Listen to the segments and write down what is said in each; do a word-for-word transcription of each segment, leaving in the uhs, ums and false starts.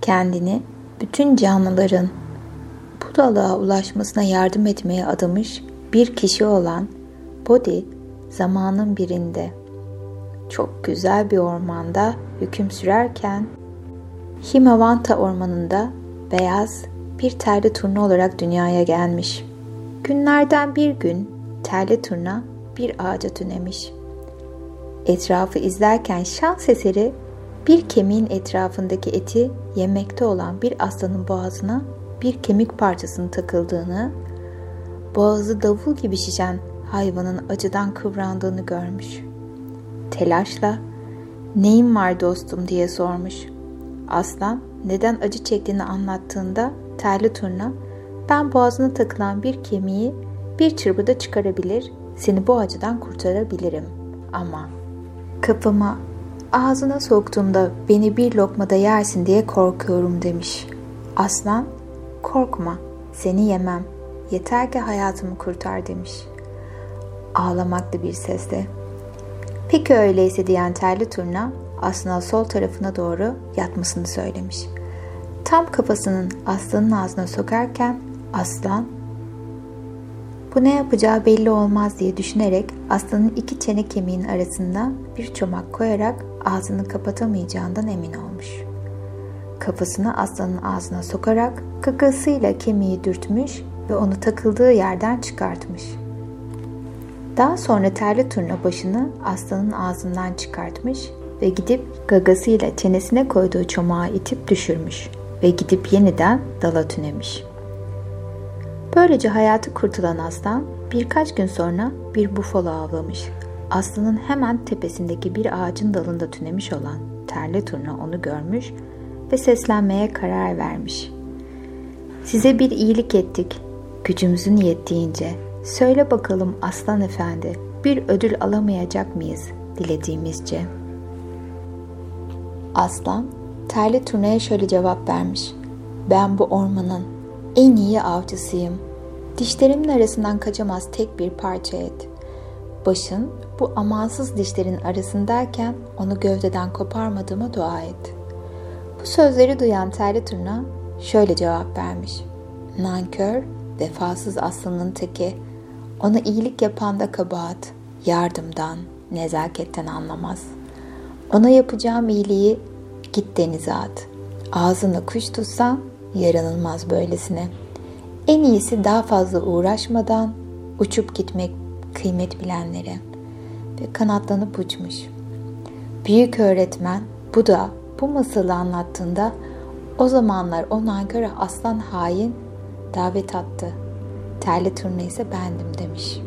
kendini bütün canlıların bu dalığa ulaşmasına yardım etmeye adamış bir kişi olan Bodhi, zamanın birinde çok güzel bir ormanda hüküm sürerken Himavanta ormanında beyaz bir terli turna olarak dünyaya gelmiş. Günlerden bir gün terli turna bir ağaca tünemiş. Etrafı izlerken şans eseri bir kemiğin etrafındaki eti yemekte olan bir aslanın boğazına bir kemik parçasının takıldığını, boğazı davul gibi şişen hayvanın acıdan kıvrandığını görmüş. Telaşla "Neyin var dostum?" diye sormuş. Aslan neden acı çektiğini anlattığında terli turna, "Ben boğazına takılan bir kemiği bir çırpıda çıkarabilir, seni bu acıdan kurtarabilirim. Ama kafama ağzına soktuğumda beni bir lokmada yersin diye korkuyorum" demiş. Aslan, "Korkma, seni yemem. Yeter ki hayatımı kurtar" demiş. Ağlamaklı bir sesle. "Peki öyleyse" diyen terli turna, aslana sol tarafına doğru yatmasını söylemiş. Tam kafasının aslanın ağzına sokarken aslan, bu ne yapacağı belli olmaz diye düşünerek aslanın iki çene kemiğinin arasında bir çomak koyarak ağzını kapatamayacağından emin olmuş. Kafasını aslanın ağzına sokarak gagasıyla kemiği dürtmüş ve onu takıldığı yerden çıkartmış. Daha sonra terli turna başını aslanın ağzından çıkartmış ve gidip gagasıyla çenesine koyduğu çomağı itip düşürmüş ve gidip yeniden dala tünemiş. Böylece hayatı kurtulan aslan birkaç gün sonra bir bufalo avlamış. Aslanın hemen tepesindeki bir ağacın dalında tünemiş olan terli turna onu görmüş ve seslenmeye karar vermiş. "Size bir iyilik ettik, gücümüzün yettiğince. Söyle bakalım aslan efendi, bir ödül alamayacak mıyız dilediğimizce?" Aslan terli turnaya şöyle cevap vermiş. "Ben bu ormanın en iyi avcısıyım. Dişlerimin arasından kaçamaz tek bir parça et. Başın bu amansız dişlerin arasındayken onu gövdeden koparmadığıma dua et." Bu sözleri duyan terli turna şöyle cevap vermiş. "Nankör, vefasız aslanın teki. Ona iyilik yapan da kabahat, yardımdan, nezaketten anlamaz. Ona yapacağım iyiliği git denize at. Ağzına kuş tutsan yaranılmaz böylesine. En iyisi daha fazla uğraşmadan uçup gitmek kıymet bilenlere." Ve kanatlanıp uçmuş. Büyük öğretmen bu da bu masalı anlattığında o zamanlar o nanköre aslan hain davet attı. Terli turna ise bendim demiş.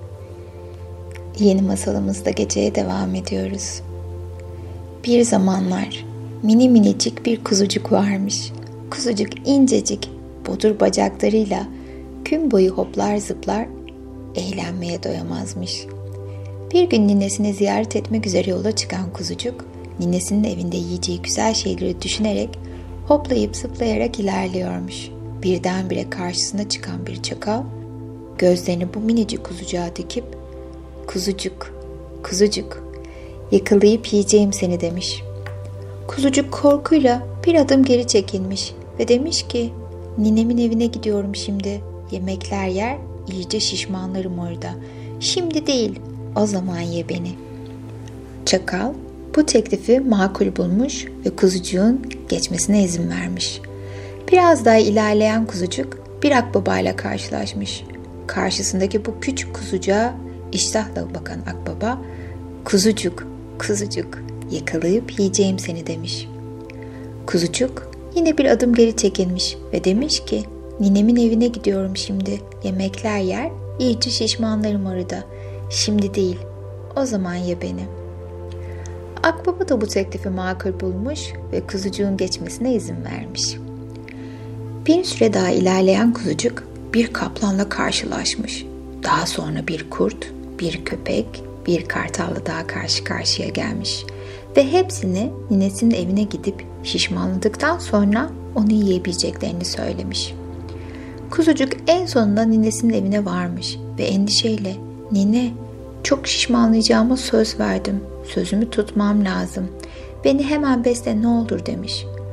Yeni masalımızda geceye devam ediyoruz. Bir zamanlar mini minicik bir kuzucuk varmış. Kuzucuk incecik, bodur bacaklarıyla gün boyu hoplar zıplar, eğlenmeye doyamazmış. Bir gün ninesini ziyaret etmek üzere yola çıkan kuzucuk, ninesinin evinde yiyeceği güzel şeyleri düşünerek hoplayıp zıplayarak ilerliyormuş. Birdenbire karşısına çıkan bir çakal, gözlerini bu minicik kuzucuğa dikip, "Kuzucuk, kuzucuk, yakalayıp yiyeceğim seni" demiş. Kuzucuk korkuyla bir adım geri çekilmiş ve demiş ki, "Ninemin evine gidiyorum şimdi. Yemekler yer, iyice şişmanlarım orada. Şimdi değil, o zaman ye beni." Çakal bu teklifi makul bulmuş ve kuzucuğun geçmesine izin vermiş. Biraz daha ilerleyen kuzucuk bir akbabayla karşılaşmış. Karşısındaki bu küçük kuzucuğa iştahla bakan akbaba, "Kuzucuk, kuzucuk, yakalayıp yiyeceğim seni" demiş. Kuzucuk yine bir adım geri çekilmiş ve demiş ki, "Ninemin evine gidiyorum şimdi. Yemekler yer, iyice şişmanlarım orada. Şimdi değil, o zaman ye beni." Akbaba da bu teklifi makul bulmuş ve kuzucuğun geçmesine izin vermiş. Bir süre daha ilerleyen kuzucuk bir kaplanla karşılaşmış. Daha sonra bir kurt, bir köpek, bir kartalla daha karşı karşıya gelmiş. Ve hepsini ninesinin evine gidip şişmanladıktan sonra onu yiyebileceklerini söylemiş. Kuzucuk en sonunda ninesinin evine varmış ve endişeyle, "Nine, çok şişmanlayacağıma söz verdim. Sözümü tutmam lazım. Beni hemen besle ne olur" demiş.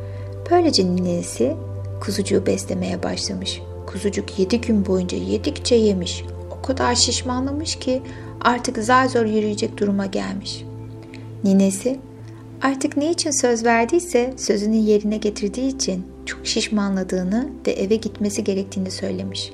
Böylece ninesi kuzucuğu beslemeye başlamış. Kuzucuk yedi gün boyunca yedikçe yemiş. O kadar şişmanlamış ki artık zar zor yürüyecek duruma gelmiş. Ninesi artık ne için söz verdiyse sözünü yerine getirdiği için çok şişmanladığını ve eve gitmesi gerektiğini söylemiş.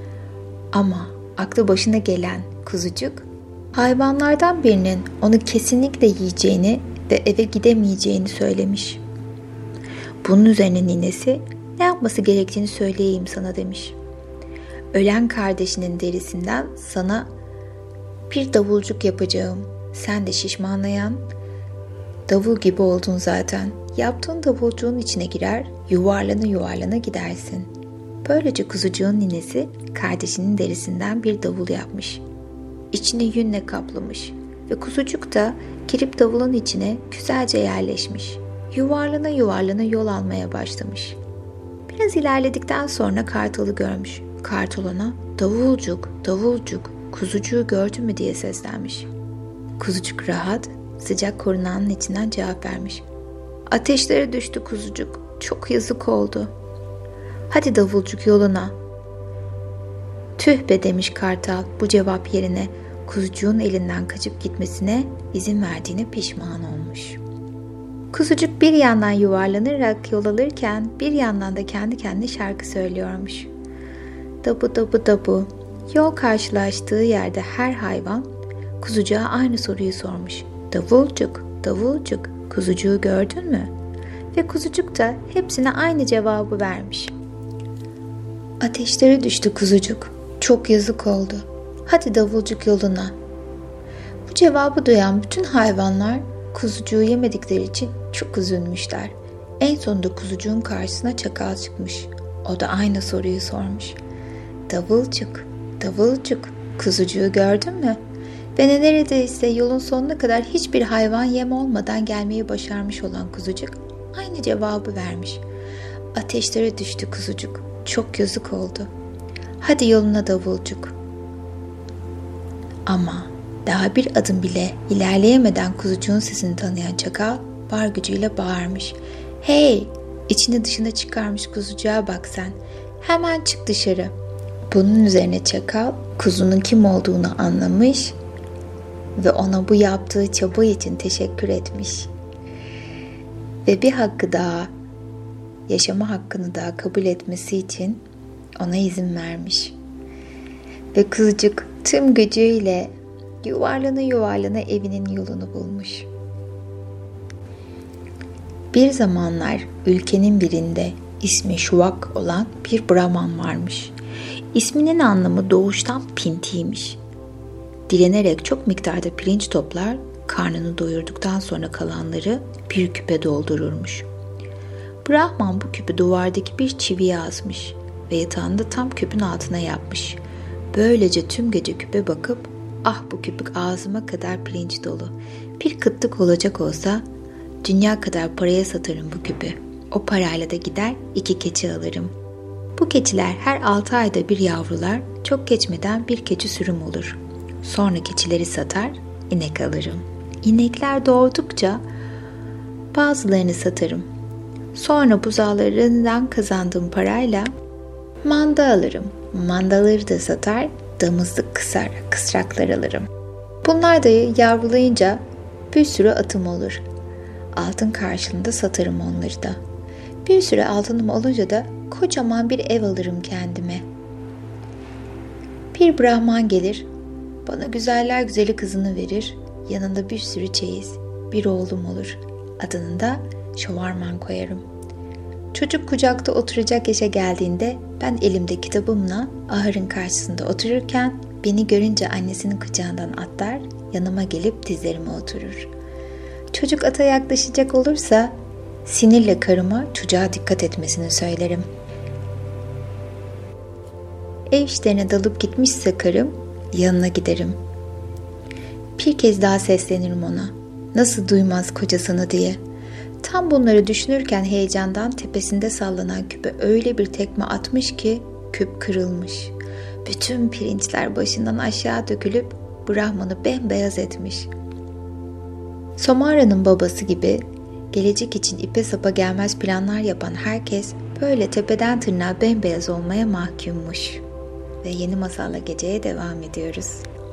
Ama aklı başına gelen kuzucuk hayvanlardan birinin onu kesinlikle yiyeceğini ve eve gidemeyeceğini söylemiş. Bunun üzerine ninesi ne yapması gerektiğini söyleyeyim sana demiş. Ölen kardeşinin derisinden sana bir davulcuk yapacağım. Sen de şişmanlayan davul gibi oldun zaten. Yaptığın davulcuğun içine girer, yuvarlana yuvarlana gidersin. Böylece kuzucuğun ninesi kardeşinin derisinden bir davul yapmış. İçini yünle kaplamış ve kuzucuk da girip davulun içine güzelce yerleşmiş. Yuvarlana yuvarlana yol almaya başlamış. Biraz ilerledikten sonra kartalı görmüş. Kartal ona davulcuk, davulcuk, kuzucuğu gördün mü diye seslenmiş. Kuzucuk rahat, sıcak korunağının içinden cevap vermiş. Ateşlere düştü kuzucuk, çok yazık oldu. Hadi davulcuk yoluna. Tüh be demiş kartal bu cevap yerine kuzucuğun elinden kaçıp gitmesine izin verdiğine pişman olmuş. Kuzucuk bir yandan yuvarlanarak yol alırken bir yandan da kendi kendine şarkı söylüyormuş. Dabu dabu dabu. Yol karşılaştığı yerde her hayvan kuzucuğa aynı soruyu sormuş. Davulcuk, davulcuk, kuzucuğu gördün mü? Ve kuzucuk da hepsine aynı cevabı vermiş. Ateşlere düştü kuzucuk. Çok yazık oldu. Hadi davulcuk yoluna. Bu cevabı duyan bütün hayvanlar kuzucuğu yemedikleri için çok üzülmüşler. En sonunda kuzucuğun karşısına çakal çıkmış. O da aynı soruyu sormuş. Davulcuk, davulcuk, kuzucuğu gördün mü? Ve neredeyse yolun sonuna kadar hiçbir hayvan yem olmadan gelmeyi başarmış olan kuzucuk aynı cevabı vermiş. Ateşlere düştü kuzucuk. Çok yazık oldu. Hadi yoluna davulcuk. Ama daha bir adım bile ilerleyemeden kuzucuğun sesini tanıyan çakal var gücüyle bağırmış. Hey! İçini dışına çıkarmış kuzucuğa bak sen. Hemen çık dışarı. Bunun üzerine çakal kuzunun kim olduğunu anlamış ve ona bu yaptığı çaba için teşekkür etmiş. Ve bir hakkı daha, yaşama hakkını daha kabul etmesi için ona izin vermiş. Ve kuzucuk tüm gücüyle yuvarlana yuvarlana evinin yolunu bulmuş. Bir zamanlar ülkenin birinde ismi Şuvak olan bir Brahman varmış. İsminin anlamı doğuştan pintiymiş. Dilenerek çok miktarda pirinç toplar, karnını doyurduktan sonra kalanları bir küpe doldururmuş. Brahman bu küpü duvardaki bir çiviye asmış ve yatağını da tam küpün altına yapmış. Böylece tüm gece küpe bakıp, ah bu küpük ağzıma kadar pirinç dolu. Bir kıtlık olacak olsa dünya kadar paraya satarım bu küpü. O parayla da gider iki keçi alırım. Bu keçiler her altı ayda bir yavrular, çok geçmeden bir keçi sürüm olur. Sonra keçileri satar, inek alırım. İnekler doğdukça bazılarını satarım. Sonra buzağlarından kazandığım parayla manda alırım. Mandaları da satar, damızlık kısar, kısraklar alırım. Bunlar da yavrulayınca bir sürü atım olur. Altın karşılığında satarım onları da. Bir sürü altınım olunca da kocaman bir ev alırım kendime. Bir Brahman gelir, bana güzeller güzeli kızını verir, yanında bir sürü çeyiz, bir oğlum olur. Adını da Şovarman koyarım. Çocuk kucakta oturacak yaşa geldiğinde ben elimde kitabımla ahırın karşısında otururken beni görünce annesinin kucağından atlar, yanıma gelip dizlerime oturur. Çocuk ata yaklaşacak olursa sinirle karıma çocuğa dikkat etmesini söylerim. Ev işlerine dalıp gitmişse karım yanına giderim. Bir kez daha seslenirim ona. Nasıl duymaz kocasını diye. Tam bunları düşünürken heyecandan tepesinde sallanan küpe öyle bir tekme atmış ki küp kırılmış. Bütün pirinçler başından aşağı dökülüp Brahman'ı bembeyaz etmiş. Somara'nın babası gibi gelecek için ipe sapa gelmez planlar yapan herkes böyle tepeden tırnağa bembeyaz olmaya mahkummuş. Ve yeni masalla geceye devam ediyoruz.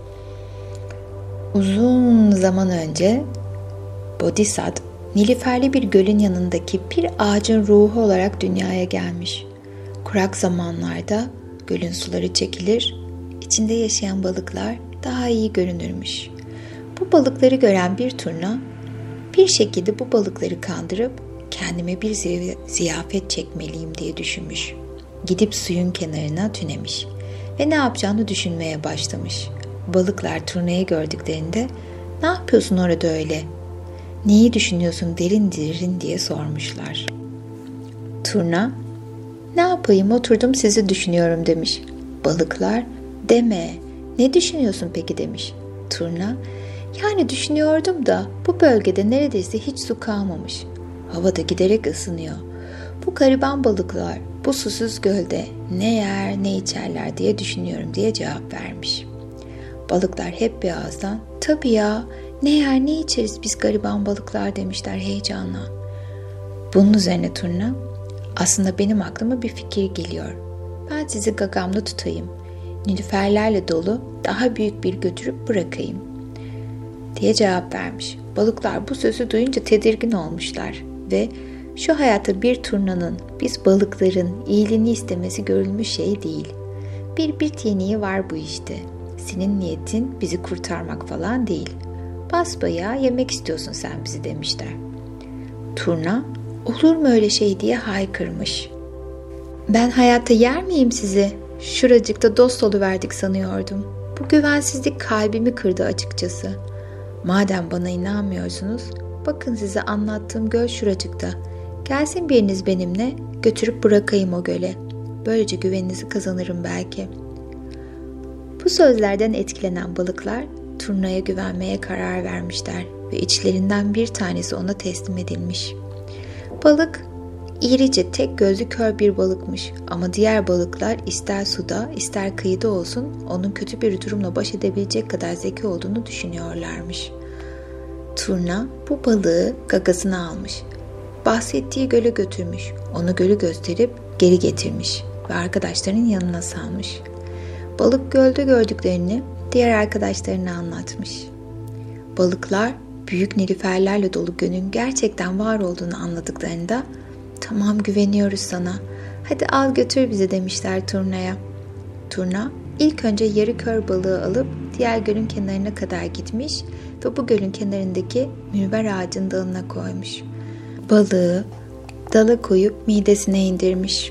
Uzun zaman önce Bodhisattva, nilüferli bir gölün yanındaki bir ağacın ruhu olarak dünyaya gelmiş. Kurak zamanlarda gölün suları çekilir, içinde yaşayan balıklar daha iyi görünürmüş. Bu balıkları gören bir turna, bir şekilde bu balıkları kandırıp kendime bir ziyafet çekmeliyim diye düşünmüş. Gidip suyun kenarına tünemiş ve ne yapacağını düşünmeye başlamış. Balıklar turnayı gördüklerinde "Ne yapıyorsun orada öyle? Neyi düşünüyorsun derin derin?" diye sormuşlar. Turna, "Ne yapayım, oturdum sizi düşünüyorum." demiş. Balıklar, "Deme, ne düşünüyorsun peki?" demiş. Turna, "Yani düşünüyordum da bu bölgede neredeyse hiç su kalmamış. Hava da giderek ısınıyor. Bu gariban balıklar bu susuz gölde ne yer ne içerler diye düşünüyorum." diye cevap vermiş. Balıklar hep bir ağızdan "Tabii ya, ne yer ne içeriz biz gariban balıklar" demişler heyecanla. Bunun üzerine turna, "Aslında benim aklıma bir fikir geliyor. Ben sizi gagamda tutayım. Nilüferlerle dolu daha büyük bir götürüp bırakayım." diye cevap vermiş. Balıklar bu sözü duyunca tedirgin olmuşlar ve şu hayatta bir turnanın, biz balıkların iyiliğini istemesi görülmüş şey değil. Bir bit yeniği var bu işte. Senin niyetin bizi kurtarmak falan değil. Basbayağı yemek istiyorsun sen bizi demişler. Turna, "Olur mu öyle şey?" diye haykırmış. "Ben hayatta yer miyim sizi? Şuracıkta dost oluverdik sanıyordum. Bu güvensizlik kalbimi kırdı açıkçası. Madem bana inanmıyorsunuz, bakın size anlattığım göl şuracıkta. Gelsin biriniz benimle, götürüp bırakayım o göle. Böylece güveninizi kazanırım belki." Bu sözlerden etkilenen balıklar turnaya güvenmeye karar vermişler ve içlerinden bir tanesi ona teslim edilmiş. Balık irice tek gözlü kör bir balıkmış ama diğer balıklar ister suda ister kıyıda olsun onun kötü bir durumla baş edebilecek kadar zeki olduğunu düşünüyorlarmış. Turna bu balığı gagasına almış. Bahsettiği göle götürmüş. Onu gölü gösterip geri getirmiş ve arkadaşlarının yanına salmış. Balık gölde gördüklerini diğer arkadaşlarına anlatmış. Balıklar büyük nilüferlerle dolu gölün gerçekten var olduğunu anladıklarında "Tamam, güveniyoruz sana. Hadi al götür bizi" demişler turnaya. Turna ilk önce yarı kör balığı alıp diğer gölün kenarına kadar gitmiş ve bu gölün kenarındaki mürver ağacın dalına koymuş. Balığı dala koyup midesine indirmiş.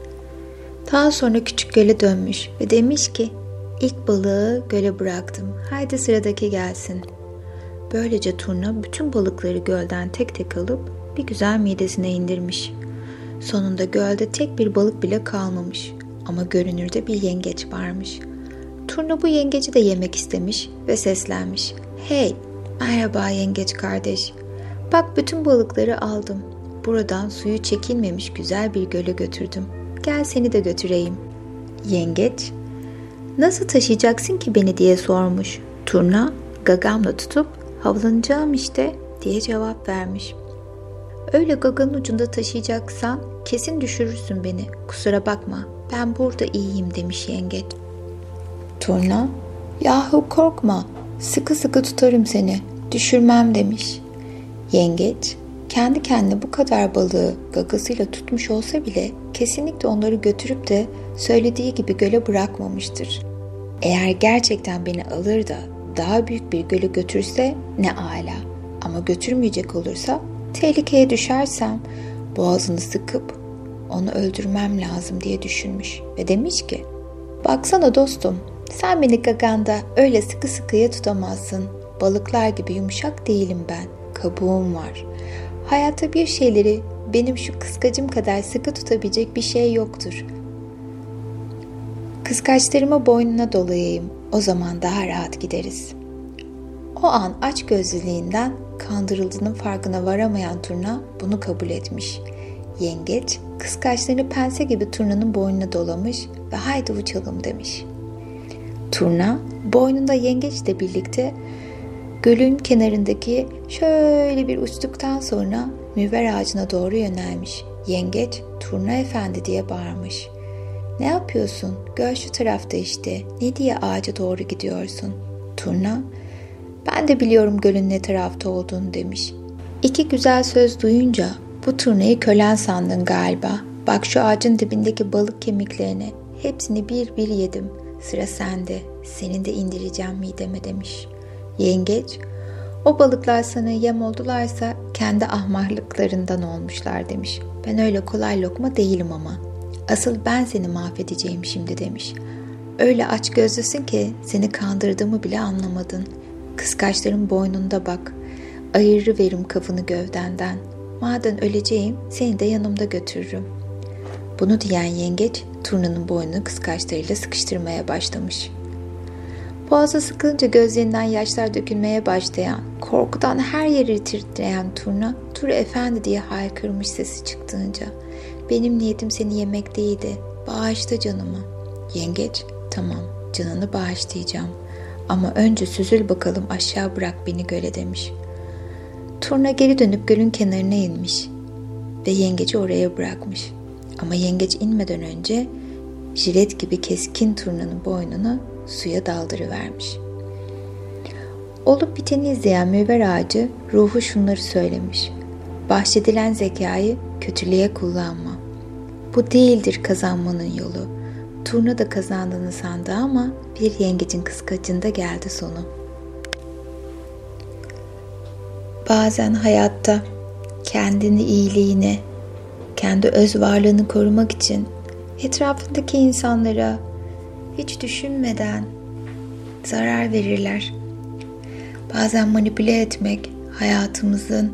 Daha sonra küçük göle dönmüş ve demiş ki "İlk balığı göle bıraktım. Haydi sıradaki gelsin." Böylece turna bütün balıkları gölden tek tek alıp bir güzel midesine indirmiş. Sonunda gölde tek bir balık bile kalmamış ama görünürde bir yengeç varmış. Turna bu yengeci de yemek istemiş ve seslenmiş. "Hey, merhaba yengeç kardeş. Bak bütün balıkları aldım. Buradan suyu çekilmemiş güzel bir göle götürdüm. Gel seni de götüreyim." Yengeç, "Nasıl taşıyacaksın ki beni?" diye sormuş. Turna, "Gagamla tutup havlanacağım işte" diye cevap vermiş. "Öyle gaganın ucunda taşıyacaksan kesin düşürürsün beni. Kusura bakma, ben burada iyiyim" demiş yengeç. Turna, "Yahu korkma, sıkı sıkı tutarım seni, düşürmem" demiş. Yengeç, kendi kendine bu kadar balığı gagasıyla tutmuş olsa bile kesinlikle onları götürüp de söylediği gibi göle bırakmamıştır. Eğer gerçekten beni alır da daha büyük bir göle götürse ne âlâ. Ama götürmeyecek olursa tehlikeye düşersem boğazını sıkıp onu öldürmem lazım diye düşünmüş ve demiş ki "Baksana dostum, sen beni gaganda öyle sıkı sıkıya tutamazsın. Balıklar gibi yumuşak değilim ben. Kabuğum var. Hayatta bir şeyleri benim şu kıskacım kadar sıkı tutabilecek bir şey yoktur. Kıskaçlarımı boynuna dolayayım. O zaman daha rahat gideriz." O an açgözlülüğünden kandırıldığının farkına varamayan turna bunu kabul etmiş. Yengeç kıskaçlarını pense gibi turnanın boynuna dolamış ve "Haydi uçalım" demiş. Turna boynunda yengeçle birlikte gölün kenarındaki şöyle bir uçtuktan sonra müver ağacına doğru yönelmiş. Yengeç, Turna Efendi diye bağırmış. Ne yapıyorsun? Göl şu tarafta işte. Ne diye ağaca doğru gidiyorsun? Turna, ben de biliyorum gölün ne tarafta olduğunu demiş. İki güzel söz duyunca bu turnayı kölen sandın galiba. Bak şu ağacın dibindeki balık kemiklerini. Hepsini bir bir yedim. Sıra sende. Seni de indireceğim mideme demiş. Yengeç, o balıklar sana yem oldularsa kendi ahmaklıklarından olmuşlar demiş. Ben öyle kolay lokma değilim ama. Asıl ben seni mahvedeceğim şimdi demiş. Öyle aç gözlüsün ki seni kandırdığımı bile anlamadın. Kıskaçların boynunda bak. Ayırıverim kafanı gövdenden. Madem öleceğim seni de yanımda götürürüm. Bunu diyen yengeç turnanın boynunu kıskaçlarıyla sıkıştırmaya başlamış. Boğazı sıkılınca gözlerinden yaşlar dökülmeye başlayan, korkudan her yeri titreyen turna, "Dur efendi" diye haykırmış sesi çıktığınca. "Benim niyetim seni yemek değildi. Bağışla canımı." Yengeç, "Tamam, canını bağışlayacağım. Ama önce süzül bakalım aşağı bırak beni göle" demiş. Turna geri dönüp gölün kenarına inmiş ve yengeci oraya bırakmış. Ama yengeç inmeden önce jilet gibi keskin turnanın boynunu suya daldırıvermiş. Olup biteni izleyen müver ağacı ruhu şunları söylemiş. Bahşedilen zekayı kötülüğe kullanma. Bu değildir kazanmanın yolu. Turna da kazandığını sandı ama bir yengecin kıskacında geldi sonu. Bazen hayatta kendini iyiliğine, kendi öz varlığını korumak için etrafındaki insanlara hiç düşünmeden zarar verirler. Bazen manipüle etmek hayatımızın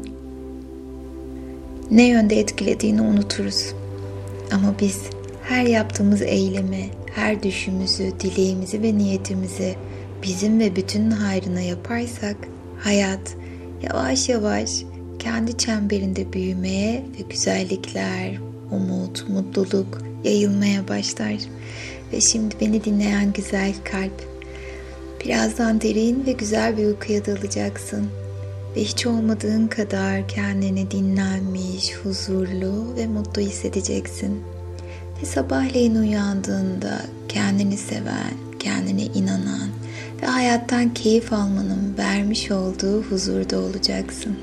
ne yönde etkilediğini unuturuz. Ama biz her yaptığımız eylemi, her düşümüzü, dileğimizi ve niyetimizi bizim ve bütünün hayrına yaparsak hayat yavaş yavaş kendi çemberinde büyümeye ve güzellikler, umut, mutluluk yayılmaya başlar. Ve şimdi beni dinleyen güzel kalp, birazdan derin ve güzel bir uykuya dalacaksın. Ve hiç olmadığın kadar kendini dinlenmiş, huzurlu ve mutlu hissedeceksin. Ve sabahleyin uyandığında kendini seven, kendine inanan ve hayattan keyif almanın vermiş olduğu huzurda olacaksın.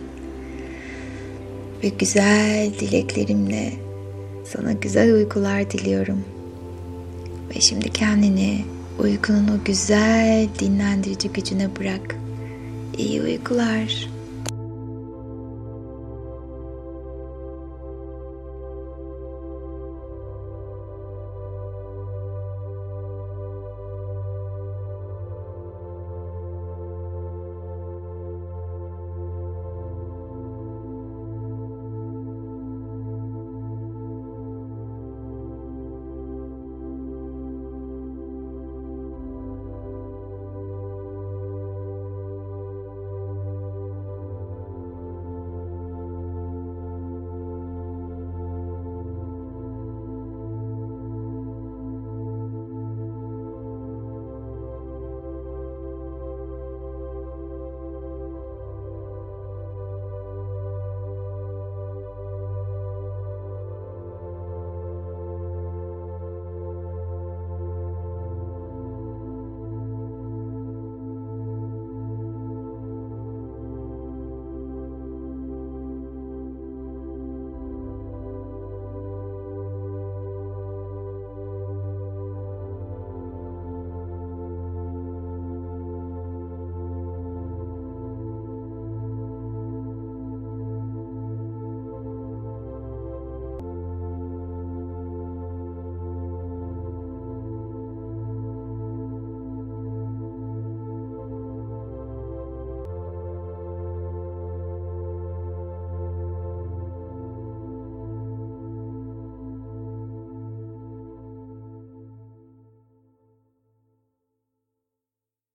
Ve güzel dileklerimle sana güzel uykular diliyorum. Ve şimdi kendini uykunun o güzel dinlendirici gücüne bırak. İyi uykular.